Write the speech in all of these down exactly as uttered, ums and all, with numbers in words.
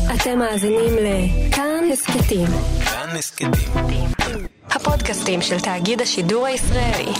אתם מאזינים לכאן הסקטים. כאן הסקטים. הפודקאסטים של תאגיד השידור הישראלי.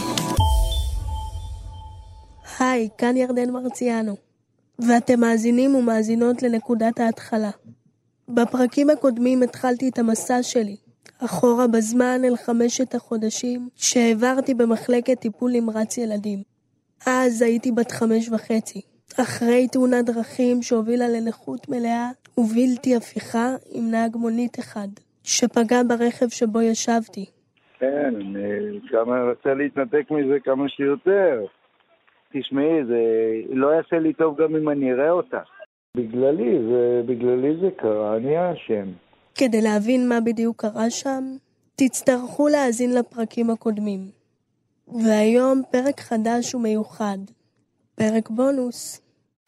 היי, כאן ירדן מרציאנו. ואתם מאזינים ומאזינות לנקודת ההתחלה. בפרקים הקודמים התחלתי את המסע שלי, אחורה בזמן אל חמשת החודשים שהעברתי במחלקת טיפול נמרץ ילדים. אז הייתי בת חמש וחצי, אחרי תאונת דרכים שהובילה לנכות מלאה ובלתי הפיכה עם נהג מונית אחד, שפגע ברכב שבו ישבתי. כן, אני כמה רוצה להתנתק מזה כמה שיותר. תשמעי, זה לא יעשה לי טוב גם אם אני אראה אותה. בגללי, זה, בגללי זה קרה, אני האשם. כדי להבין מה בדיוק קרה שם, תצטרכו להאזין לפרקים הקודמים. והיום פרק חדש ומיוחד, פרק בונוס.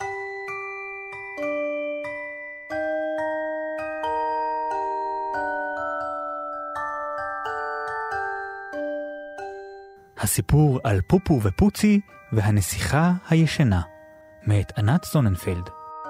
הסיפור על פופו ופוצי והנסיכה הישנה, מאת ענת זוננפלד.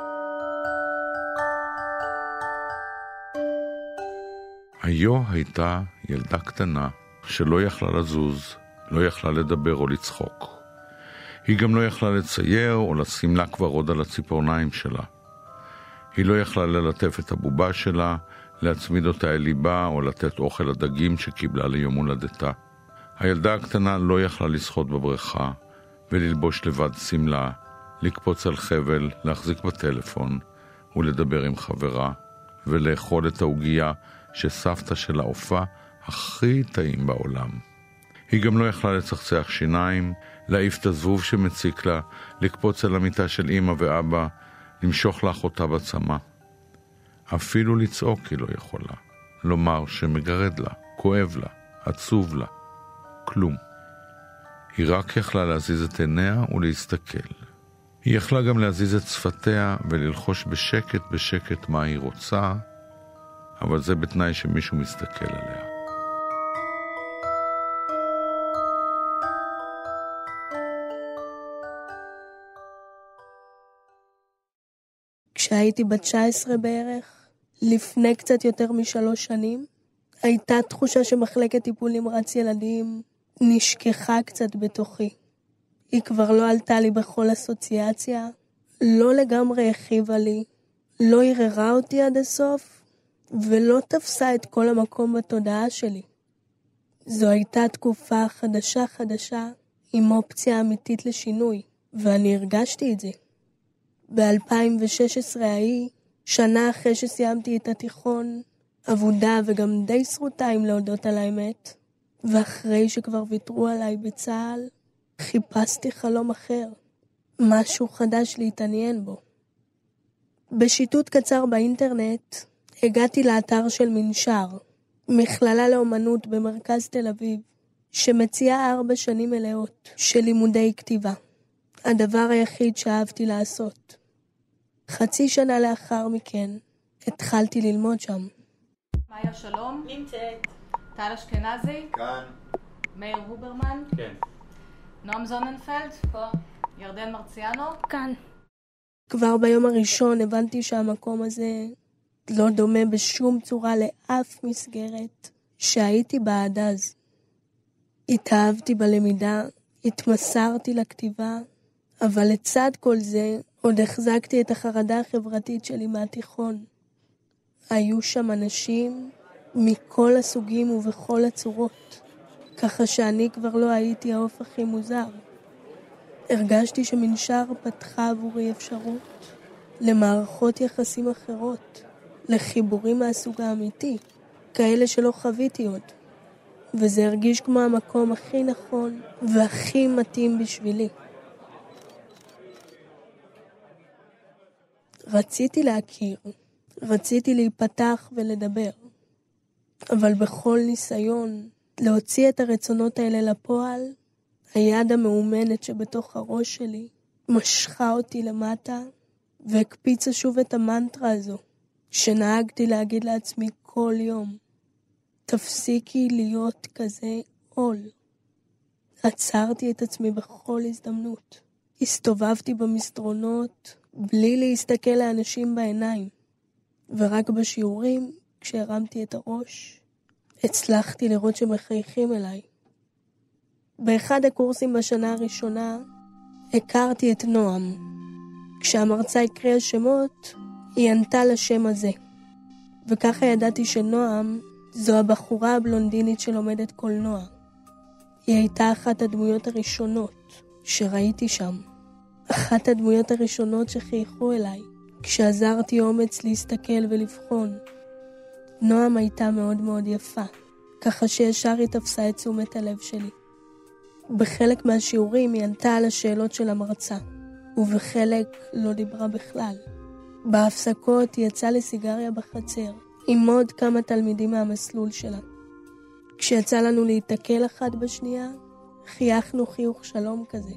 היו הייתה ילדה קטנה שלא יכלה לזוז, לא יכלה לדבר או לצחוק. היא גם לא יכלה לצייר או לשים לה כבר עוד על הציפורניים שלה. היא לא יכלה ללטף את הבובה שלה, להצמיד אותה אל ליבה או לתת אוכל לדגים שקיבלה ליום הולדתה. הילדה הקטנה לא יכלה לשחות בבריכה וללבוש לבד סמלה, לקפוץ על חבל, להחזיק בטלפון ולדבר עם חברה ולאכול את העוגיה שסבתא שלה הופעה הכי טעים בעולם. היא גם לא יכלה לצחצח שיניים, להעיף את הזבוב שמציק לה, לקפוץ על המיטה של אמא ואבא, למשוך לאחותה בצמה. אפילו לצעוק היא לא יכולה, לומר שמגרד לה, כואב לה, עצוב לה. כלום. היא רק יכלה להזיז את עיניה ולהסתכל. היא יכלה גם להזיז את שפתיה וללחוש בשקט בשקט מה היא רוצה, אבל זה בתנאי שמישהו מסתכל עליה. כשהייתי בת תשע עשרה בערך, לפני קצת יותר משלוש שנים, הייתה תחושה שמחלקת טיפול נמרץ ילדים נשכחה קצת בתוכי. היא כבר לא עלתה לי בכל אסוציאציה, לא לגמרי הכיבה לי, לא ערערה אותי עד הסוף, ולא תפסה את כל המקום בתודעה שלי. זו הייתה תקופה חדשה חדשה, עם אופציה אמיתית לשינוי, ואני הרגשתי את זה. ב-אלפיים ושש עשרה ההיא, שנה אחרי שסיימתי את התיכון, עבודה וגם די שרוטה עם להודות על האמת, ואחרי שכבר ויתרו עליי בצהל, חיפשתי חלום אחר, משהו חדש להתעניין בו. בשיטוט קצר באינטרנט, הגעתי לאתר של מנשר, מכללה לאומנות במרכז תל אביב, שמציעה ארבע שנים מלאות של לימודי כתיבה. הדבר היחיד שאהבתי לעשות. חצי שנה לאחר מכן, התחלתי ללמוד שם. מאיה שלום. נמצאת. טל אשכנזי. כאן. מאיר הוברמן. כן. נועם זוננפלד. פה. ירדן מרציאנו. כאן. כבר ביום הראשון הבנתי שהמקום הזה לא דומה בשום צורה לאף מסגרת שהייתי בה עד אז. התאהבתי בלמידה, התמסרתי לכתיבה, אבל לצד כל זה עוד החזקתי את החרדה החברתית שלי מהתיכון. היו שם אנשים מכל הסוגים ובכל הצורות, ככה שאני כבר לא הייתי העוף הכי מוזר. הרגשתי שמנשר פתחה עבורי אפשרות למערכות יחסים אחרות, לחיבורים מהסוג האמיתי, כאלה שלא חוויתי עוד. וזה הרגיש כמו המקום הכי נכון והכי מתאים בשבילי. רציתי להכיר, רציתי להיפתח ולדבר, אבל בכל ניסיון להוציא את הרצונות האלה לפועל, היד המאומנת שבתוך הראש שלי משכה אותי למטה והקפיצה שוב את המנטרה הזו שנהגתי להגיד לעצמי כל יום. תפסיקי להיות כזה עול. עצרתי את עצמי בכל הזדמנות. הסתובבתי במסדרונות בלי להסתכל לאנשים בעיניים. ורק בשיעורים, כשהרמתי את הראש, הצלחתי לראות שמחייכים אליי. באחד הקורסים בשנה הראשונה, הכרתי את נועם. כשהמרצה הקריאה שמות, היא ענתה לשם הזה. וככה ידעתי שנועם זו הבחורה הבלונדינית שלומדת קולנוע. היא הייתה אחת הדמויות הראשונות שראיתי שם. אחת הדמויות הראשונות שחייכו אליי, כשעזרתי אומץ להסתכל ולבחון. נועם הייתה מאוד מאוד יפה, ככה שישר היא תפסה את תשומת הלב שלי. בחלק מהשיעורים היא ענתה על השאלות של המרצה, ובחלק לא דיברה בכלל. בהפסקות היא יצאה לסיגריה בחצר, עם עוד כמה תלמידים מהמסלול שלה. כשיצא לנו להתקל אחד בשנייה, חייכנו חיוך שלום כזה.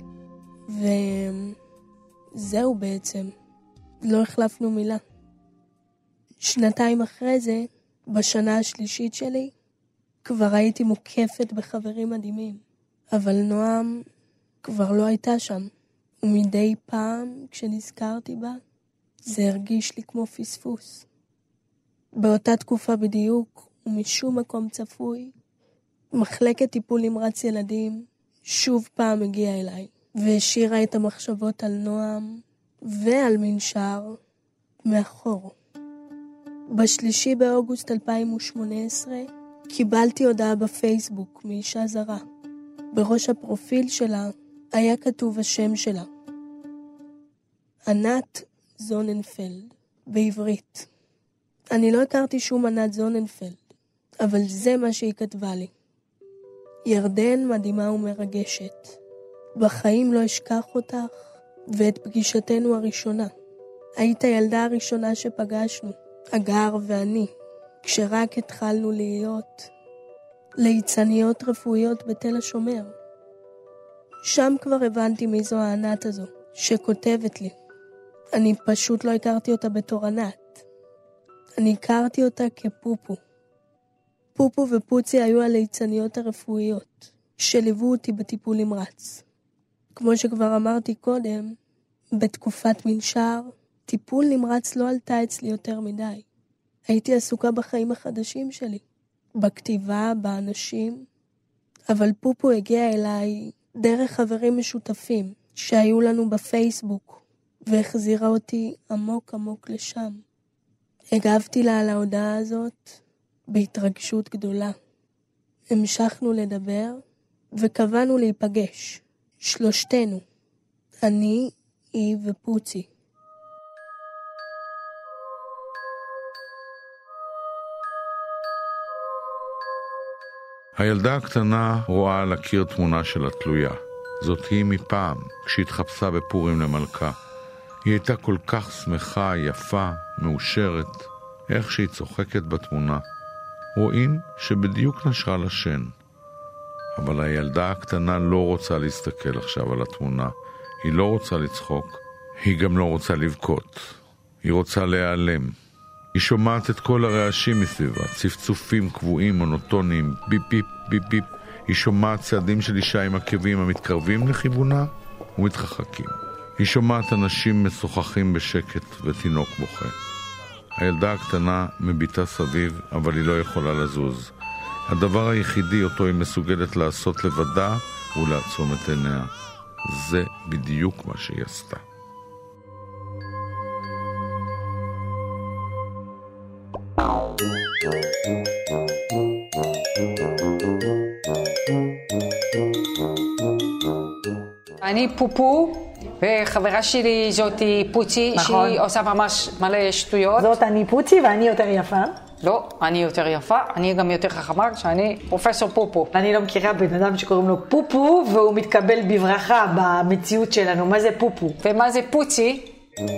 וזהו בעצם, לא החלפנו מילה. שנתיים אחרי זה, בשנה השלישית שלי, כבר הייתי מוקפת בחברים מדהימים. אבל נועם כבר לא הייתה שם, ומדי פעם כשנזכרתי בה, זה הרגיש לי כמו פספוס. באותה תקופה בדיוק, ומשום מקום צפוי, מחלקת טיפול נמרץ ילדים שוב פעם הגיעה אליי, והשאירה את המחשבות על נועם ועל מנשר מאחור. בשלישי באוגוסט אלפיים ושמונה עשרה קיבלתי הודעה בפייסבוק מאישה זרה. בראש הפרופיל שלה היה כתוב השם שלה. ענת זוננפלד, בעברית. אני לא הכרתי שום ענת זוננפלד, אבל זה מה שהיא כתבה לי. ירדן מדהימה ומרגשת. בחיים לא אשכח אותך ואת פגישתנו הראשונה. היית הילדה הראשונה שפגשנו, אגר ואני, כשרק התחלנו להיות ליצניות רפואיות בתל השומר. שם כבר הבנתי מי זו הענת הזו, שכותבת לי. אני פשוט לא הכרתי אותה בתור ענת. אני הכרתי אותה כפופו. פופו ופוצי היו הליצניות הרפואיות, שליוו אותי בטיפול נמרץ. כמו שכבר אמרתי קודם, בתקופת מנשר, טיפול נמרץ לא עלתה אצלי יותר מדי. הייתי עסוקה בחיים החדשים שלי, בכתיבה, באנשים, אבל פופו הגיע אליי דרך חברים משותפים שהיו לנו בפייסבוק, והחזירה אותי עמוק עמוק לשם. הגבתי לה על ההודעה הזאת בהתרגשות גדולה. המשכנו לדבר וקבענו להיפגש, שלושתנו, אני, היא ופוצי. הילדה הקטנה רואה על הקיר תמונה של התלויה. זאת היא מפעם, כשהתחפשה בפורים למלכה. היא הייתה כל כך שמחה, יפה, מאושרת, איך שהיא צוחקת בתמונה. רואים שבדיוק נשרה לשן. אבל הילדה הקטנה לא רוצה להסתכל עכשיו על התמונה. היא לא רוצה לצחוק, היא גם לא רוצה לבכות. היא רוצה להיעלם. היא שומעת את כל הרעשים מסביבה, צפצופים קבועים, מונוטוניים, ביפ ביפ ביפ ביפ. היא שומעת צעדים של אישה עם עקבים המתקרבים לכיוונה ומתרחקים. היא שומעת אנשים משוחחים בשקט ותינוק בוכה. הילדה הקטנה מביטה סביב, אבל היא לא יכולה לזוז. הדבר היחידי אותו היא מסוגלת לעשות לבדה הוא לעצום את עיניה. זה בדיוק מה שהיא עשתה. אני פופו, וחברה שלי זאתי פוצי, נכון. שהיא עושה ממש מלא שטויות. זאת אני פוצי ואני יותר יפה. לא, אני יותר יפה, אני גם יותר חכמה, שאני פרופסור פופו. אני לא מכירה בן אדם שקוראים לו פופו, והוא מתקבל בברכה במציאות שלנו. מה זה פופו? ומה זה פוצי?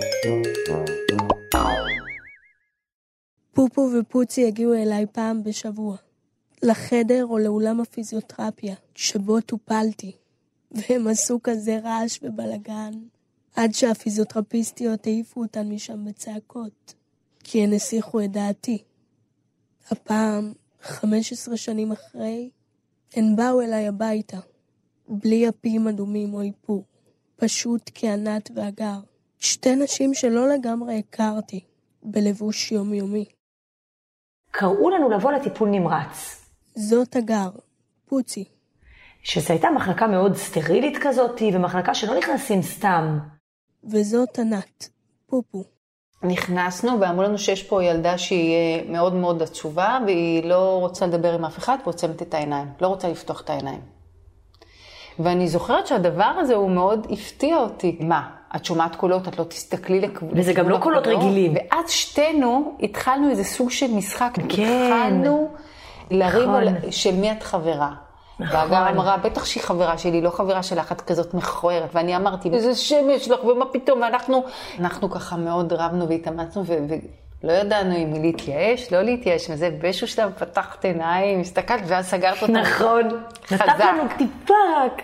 פופו ופוצי הגיעו אליי פעם בשבוע, לחדר או לאולם הפיזיותרפיה, שבו טופלתי. והם עשו כזה רעש ובלגן, עד שהפיזיותרפיסטיות העיפו אותן משם בצעקות, כי הן הסיחו את דעתי. הפעם, חמש עשרה שנים אחרי, הן באו אליי הביתה, בלי אפים אדומים או איפור, פשוט כענת ואגר. שתי נשים שלא לגמרי הכרתי, בלבוש יומיומי. קראו לנו לבוא לטיפול נמרץ. זאת הגר, פוצי. שזו הייתה מחלקה מאוד סטרילית כזאת, ומחלקה שלא נכנסים סתם. וזאת ענת, פופו. נכנסנו ואמרו לנו שיש פה ילדה שהיא מאוד מאוד עצובה, והיא לא רוצה לדבר עם אף אחד, ועוצמת את העיניים. לא רוצה לפתוח את העיניים. ואני זוכרת שהדבר הזה הוא מאוד הפתיע אותי. מה? את שומעת קולות, את לא תסתכלי לכיוון. וזה גם לא קולות רגילים. ואז שתינו התחלנו איזה סוג של משחק. כן. התחלנו לריב נכון. על של מי את חברה. נכון. והגר אמרה, בטח שהיא חברה שלי, לא חברה שלך, את כזאת מכוערת. ואני אמרתי, איזה שם יש לך, ומה פתאום? ואנחנו אנחנו ככה מאוד רבנו והתאמצנו, ו... ולא ידענו אם היא להתייאש, לא להתייאש, וזה באיזשהו שלב פתחת עיניים, הסתכלת, ואז סגרת אותה. נכון. חזק. נתת לנו טיפה רק.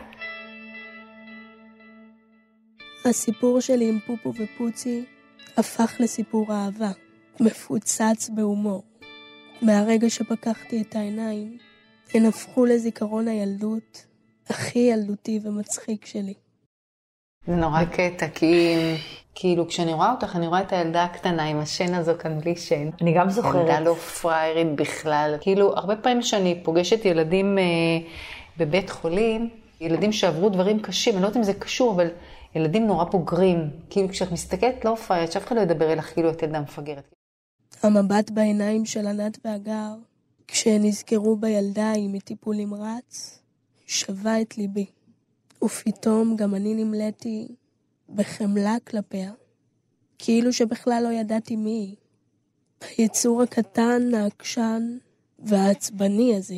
הסיפור שלי עם פופו ופוצי הפך לסיפור אהבה, מפוצץ בהומור. מהרגע שפקחתי את העיניים, הן הפכו לזיכרון הילדות הכי ילדותי ומצחיק שלי. זה נורא קטע, כי כאילו כשאני רואה אותך, אני רואה את הילדה הקטנה עם השן הזו כאן בלי שן. אני גם זוכרת. ילדה לא פריירית בכלל. כאילו, הרבה פעמים שאני פוגשת ילדים אה, בבית חולים, ילדים שעברו דברים קשים, אני לא יודעת אם זה קשור, אבל ילדים נורא בוגרים. כאילו כשאת מסתכלת לא פריירית, שאף אחד לא ידבר אליך כאילו את ילדה מפגרת. המבט בעיניים של ענת והגר, כשנזכרו בילדה היא מטיפול נמרץ, שווה את ליבי. ופתאום גם אני נמלאתי בחמלה כלפיה, כאילו שבכלל לא ידעתי מי היא. היצור הקטן, העקשן והעצבני הזה.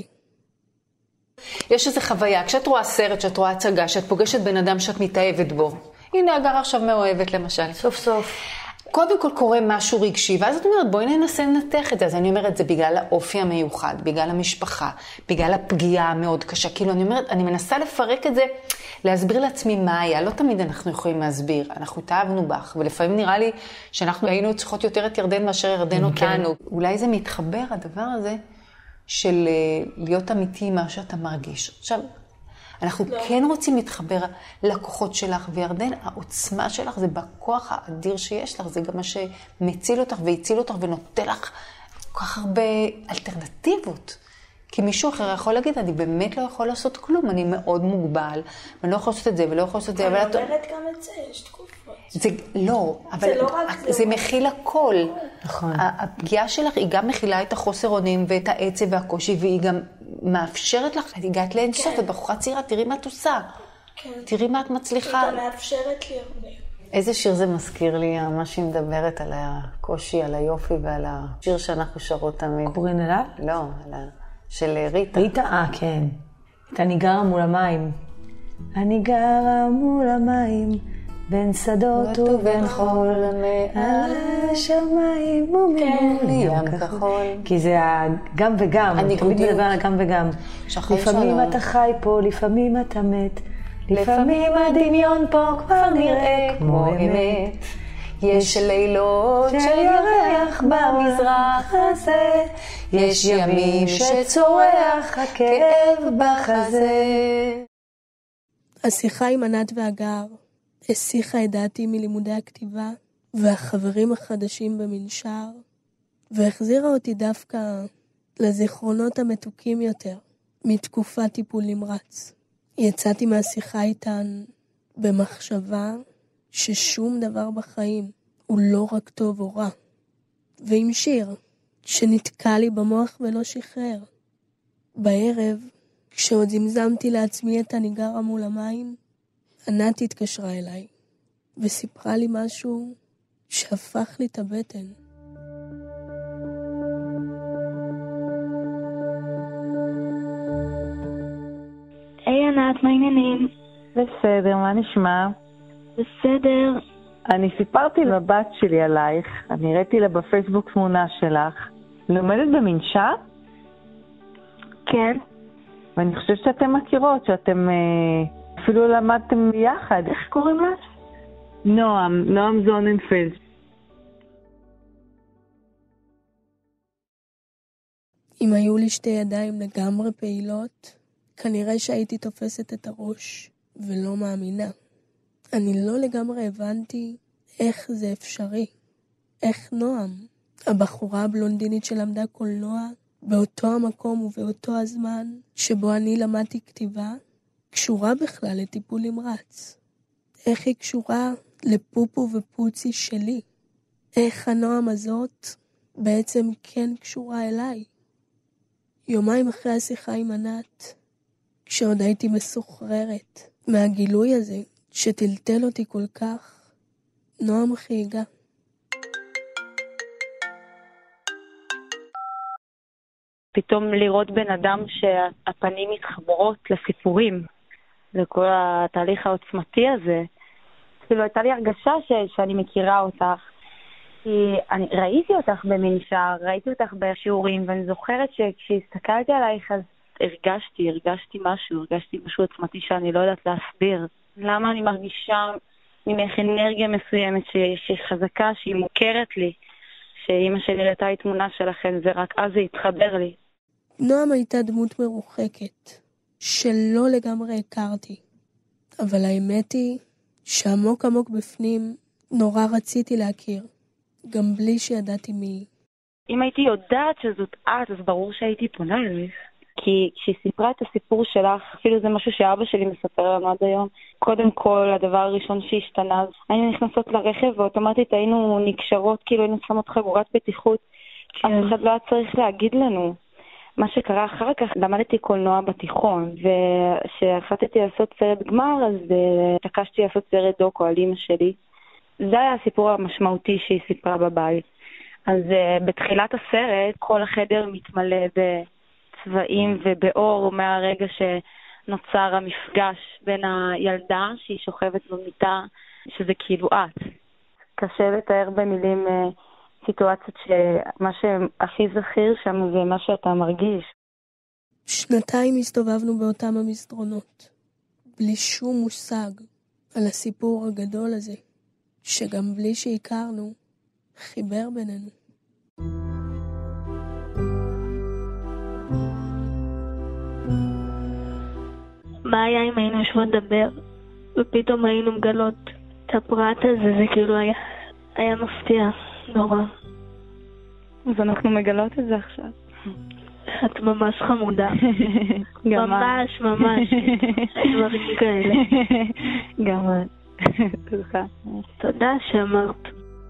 יש איזו חוויה, כשאת רואה סרט, כשאת רואה הצגה, שאת פוגשת בן אדם שאת מתאהבת בו. הנה, הגר עכשיו מאוהבת למשל. סוף סוף. קודם כל קורה משהו רגשי, ואז את אומרת, בואי ננסה לנתח את זה. אז אני אומרת, זה בגלל האופי המיוחד, בגלל המשפחה, בגלל הפגיעה המאוד קשה. כאילו, אני אומרת, אני מנסה לפרק את זה, להסביר לעצמי מה היה. לא תמיד אנחנו יכולים להסביר. אנחנו תאהבנו בך, ולפעמים נראה לי שאנחנו היינו צריכות יותר את ירדן מאשר ירדן אותנו. אולי זה מתחבר, הדבר הזה, של להיות אמיתי מה שאתה מרגיש. עכשיו, אנחנו לא. כן רוצים להתחבר לכוחות שלך, וירדן, העוצמה שלך זה בכוח האדיר שיש לך, זה גם מה שמציל אותך והציל אותך ונותן לך כל כך הרבה אלטרנטיבות. כי מישהו אחר יכול להגיד, אני באמת לא יכול לעשות כלום, אני מאוד מוגבל, ואני לא יכול לעשות את זה ולא יכול לעשות את זה. אני אומרת גם את זה, יש תקופות. זה לא, אבל זה, לא רק זה, זה מכיל הכל. נכון. הפגיעה שלך היא גם מכילה את החוסר אונים ואת העצב והקושי, והיא גם מאפשרת לך, את הגעת לאינסוף, כן. ובחורה צעירה, תראי מה את עושה. כן. תראי מה את מצליחה. היא גם מאפשרת לי הרבה. איזה שיר זה מזכיר לי, מה שהיא מדברת על הקושי, על היופי ועל השיר שאנחנו שרות תמיד. קוראים אליו? לא, על ה... של ריטה. ריטה, אה, כן. אני גרה מול המים. אני גרה מול המים, בין שדות ובין חול, על השמיים וממול ים כחול. כי זה גם וגם, אני תמיד מדבר על גם וגם. לפעמים אתה חי פה, לפעמים אתה מת, לפעמים הדמיון פה כבר נראה כמו אמת. יש לילות שירח במזרח הזה, יש ימים שצורח הכאב בחזה. השיחה עם ענת והגר השיחה את דעתי מלימודי הכתיבה והחברים החדשים במנשר, והחזירה אותי דווקא לזיכרונות המתוקים יותר מתקופת טיפול נמרץ. יצאתי מהשיחה איתן במחשבה ששום דבר בחיים הוא לא רק טוב או רע. ועם שיר שנתקע לי במוח ולא שחרר. בערב, כשעוד זמזמתי לעצמי את אני גרה מול המים, ענת התקשרה אליי וסיפרה לי משהו שהפך לי את הבטן. היי ענת, מה העניינים? בסדר, מה נשמע? בסדר. אני סיפרתי לבת שלי עלייך, אני ראיתי לה בפייסבוק תמונה שלך. לומדת במנשר? כן. ואני חושבת שאתם מכירות, שאתם אפילו למדתם ביחד. איך קוראים לך? נועם, נועם זוננפלד. אם היו לי שתי ידיים לגמרי פעילות, כנראה שהייתי תופסת את הראש ולא מאמינה. אני לא לגמרי הבנתי איך זה אפשרי. איך נועם, הבחורה הבלונדינית שלמדה קולנוע, באותו המקום ובאותו הזמן שבו אני למדתי כתיבה, קשורה בכלל לטיפול נמרץ. איך היא קשורה לפופו ופוצי שלי? איך הנועם הזאת בעצם כן קשורה אליי? יומיים אחרי השיחה עם ענת, כשעוד הייתי מסוחררת מהגילוי הזה שטלטל אותי כל כך, נועם חייגה. פתאום לראות בן אדם שהפנים מתחברות לסיפורים, לכל התהליך העוצמתי הזה. כאילו הייתה לי הרגשה ש- שאני מכירה אותך. כי אני ראיתי אותך במנשר, ראיתי אותך בשיעורים, ואני זוכרת שכשהסתכלתי עלייך אז הרגשתי, הרגשתי משהו, הרגשתי משהו עצמתי שאני לא יודעת להסביר. למה אני מרגישה ממך אנרגיה מסוימת ש- שחזקה, שהיא מוכרת לי, שאמא שלי ראתה את תמונה שלכם, ורק אז זה התחבר לי. נועם הייתה דמות מרוחקת, שלא לגמרי הכרתי. אבל האמת היא שעמוק עמוק בפנים נורא רציתי להכיר, גם בלי שידעתי מי. אם הייתי יודעת שזאת את, אז ברור שהייתי פונה אלייך. כי כשהיא סיפרה את הסיפור שלך, אפילו זה משהו שאבא שלי מספר לנו עד היום, קודם כל, הדבר הראשון שהשתנה, היינו נכנסות לרכב ואוטומטית היינו נקשרות, כאילו היינו שמות חגורת בטיחות, אף אחד לא היה צריך להגיד לנו. מה שקרה אחר כך, למדתי קולנוע בתיכון, וכשהחלטתי לעשות סרט גמר, אז התעקשתי לעשות סרט דוקו על אמא שלי. זה היה הסיפור המשמעותי שהיא סיפרה בבית. אז בתחילת הסרט, כל החדר מתמלא בצבעים ובאור מהרגע שנוצר המפגש בין הילדה שהיא שוכבת במיטה, שזה כאילו את. קשה לתאר במילים סיטואציות שמה שהכי זכיר שם זה מה שאתה מרגיש. שנתיים הסתובבנו באותם המסדרונות, בלי שום מושג על הסיפור הגדול הזה, שגם בלי שהכרנו, חיבר בינינו. מה היה אם היינו יושבות לדבר, ופתאום היינו מגלות את הפרט הזה, זה כאילו היה, היה מפתיע, נורא. אז אנחנו מגלות את זה עכשיו. את ממש חמודה. ממש, ממש. דברים כאלה. גם את. תודה. תודה שאמרת.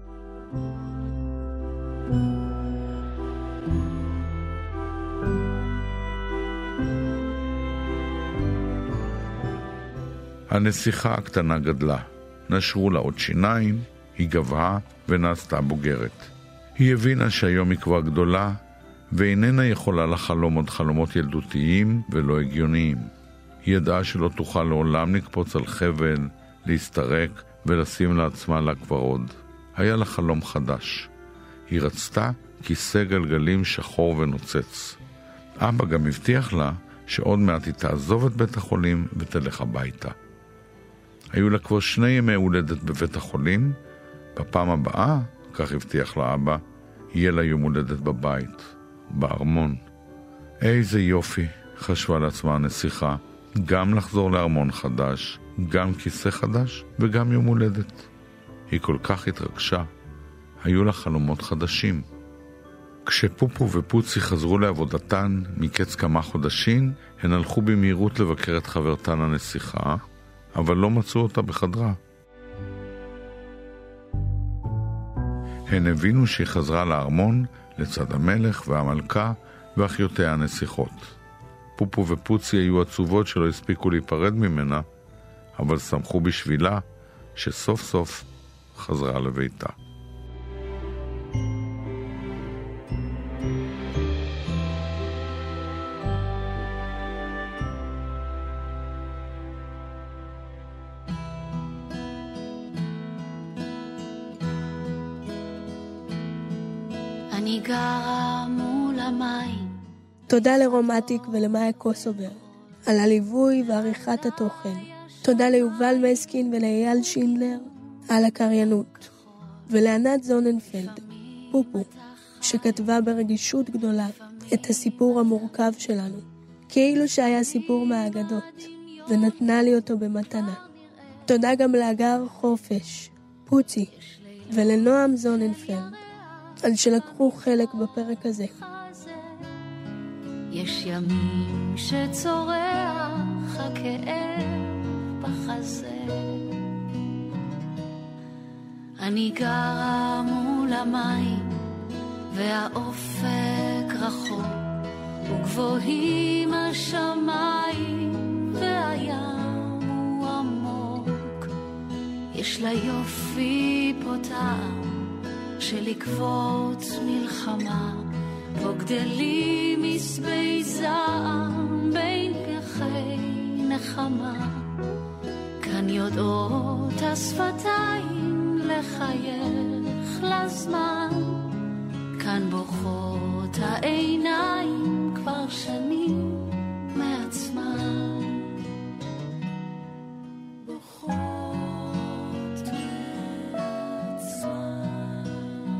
הנסיכה הקטנה גדלה, נשרו לה עוד שיניים, היא גבהה ונעשתה בוגרת. היא הבינה שהיום היא כבר גדולה, ואיננה יכולה לחלום עוד חלומות ילדותיים ולא הגיוניים. היא ידעה שלא תוכל לעולם לקפוץ על חבל, להסתרק ולשים לעצמה להקברוד. היה לה חלום חדש. היא רצתה כיסא גלגלים שחור ונוצץ. אבא גם הבטיח לה שעוד מעט היא תעזוב את בית החולים ותלך הביתה. היו לה כבר שני ימי הולדת בבית החולים, בפעם הבאה, כך הבטיח לה אבא, יהיה לה יום הולדת בבית, בארמון. איזה יופי, חשבה לעצמה הנסיכה, גם לחזור לארמון חדש, גם כיסא חדש וגם יום הולדת. היא כל כך התרגשה, היו לה חלומות חדשים. כשפופו ופוצי חזרו לעבודתן מקץ כמה חודשים, הן הלכו במהירות לבקר את חברתן הנסיכה, אבל לא מצאו אותה בחדרה. הן הבינו שהיא חזרה לארמון לצד המלך והמלכה ואחיותיה הנסיכות. פופו ופוצי היו עצובות שלא הספיקו להיפרד ממנה, אבל שמחו בשבילה שסוף סוף חזרה לביתה. אני גרה מול המים. תודה לרומטיק ולמאיה קוסובר על הליווי ועריכת התוכן. תודה ליובל מסקין ולאייל שינדלר על הקריינות, ולענת זוננפלד, פופו, שכתבה ברגישות גדולה את הסיפור המורכב שלנו, כאילו שהיה סיפור מהאגדות, ונתנה לי אותו במתנה. תודה גם לאגר חופש, פוצי, ולנועם זוננפלד על שלקחו חלק בפרק הזה. יש ימים שצורח הכאב בחזה, אני גרה מול המים והאופק רחוק וגבוהים השמיים והים הוא עמוק, יש לה יופי פה טעם של לקוות מלחמה, פה גדלים מסבי זעם בין פרחי נחמה, כאן יודעות השפתיים לחייך לזמן, כאן בוכות העיניים כבר שנים מעצמן, בוכות מעצמן.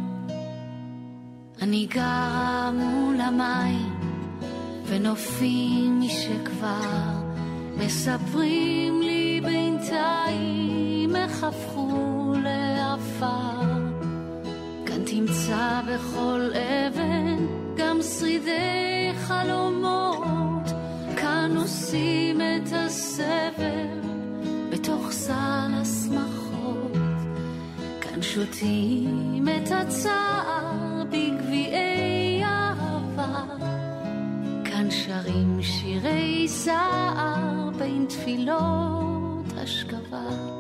אני גרה מול המים ונופים משכבר מספרים לי בינתיים איך הפכו לעפר, כאן תמצא בכל אבן גם שרידי חלומות, כאן עושים את הסבל בתוך סל השמחות, כאן שותים את הצער בגביעי אהבה, כאן שרים שירי זער בין תפילות השכבה.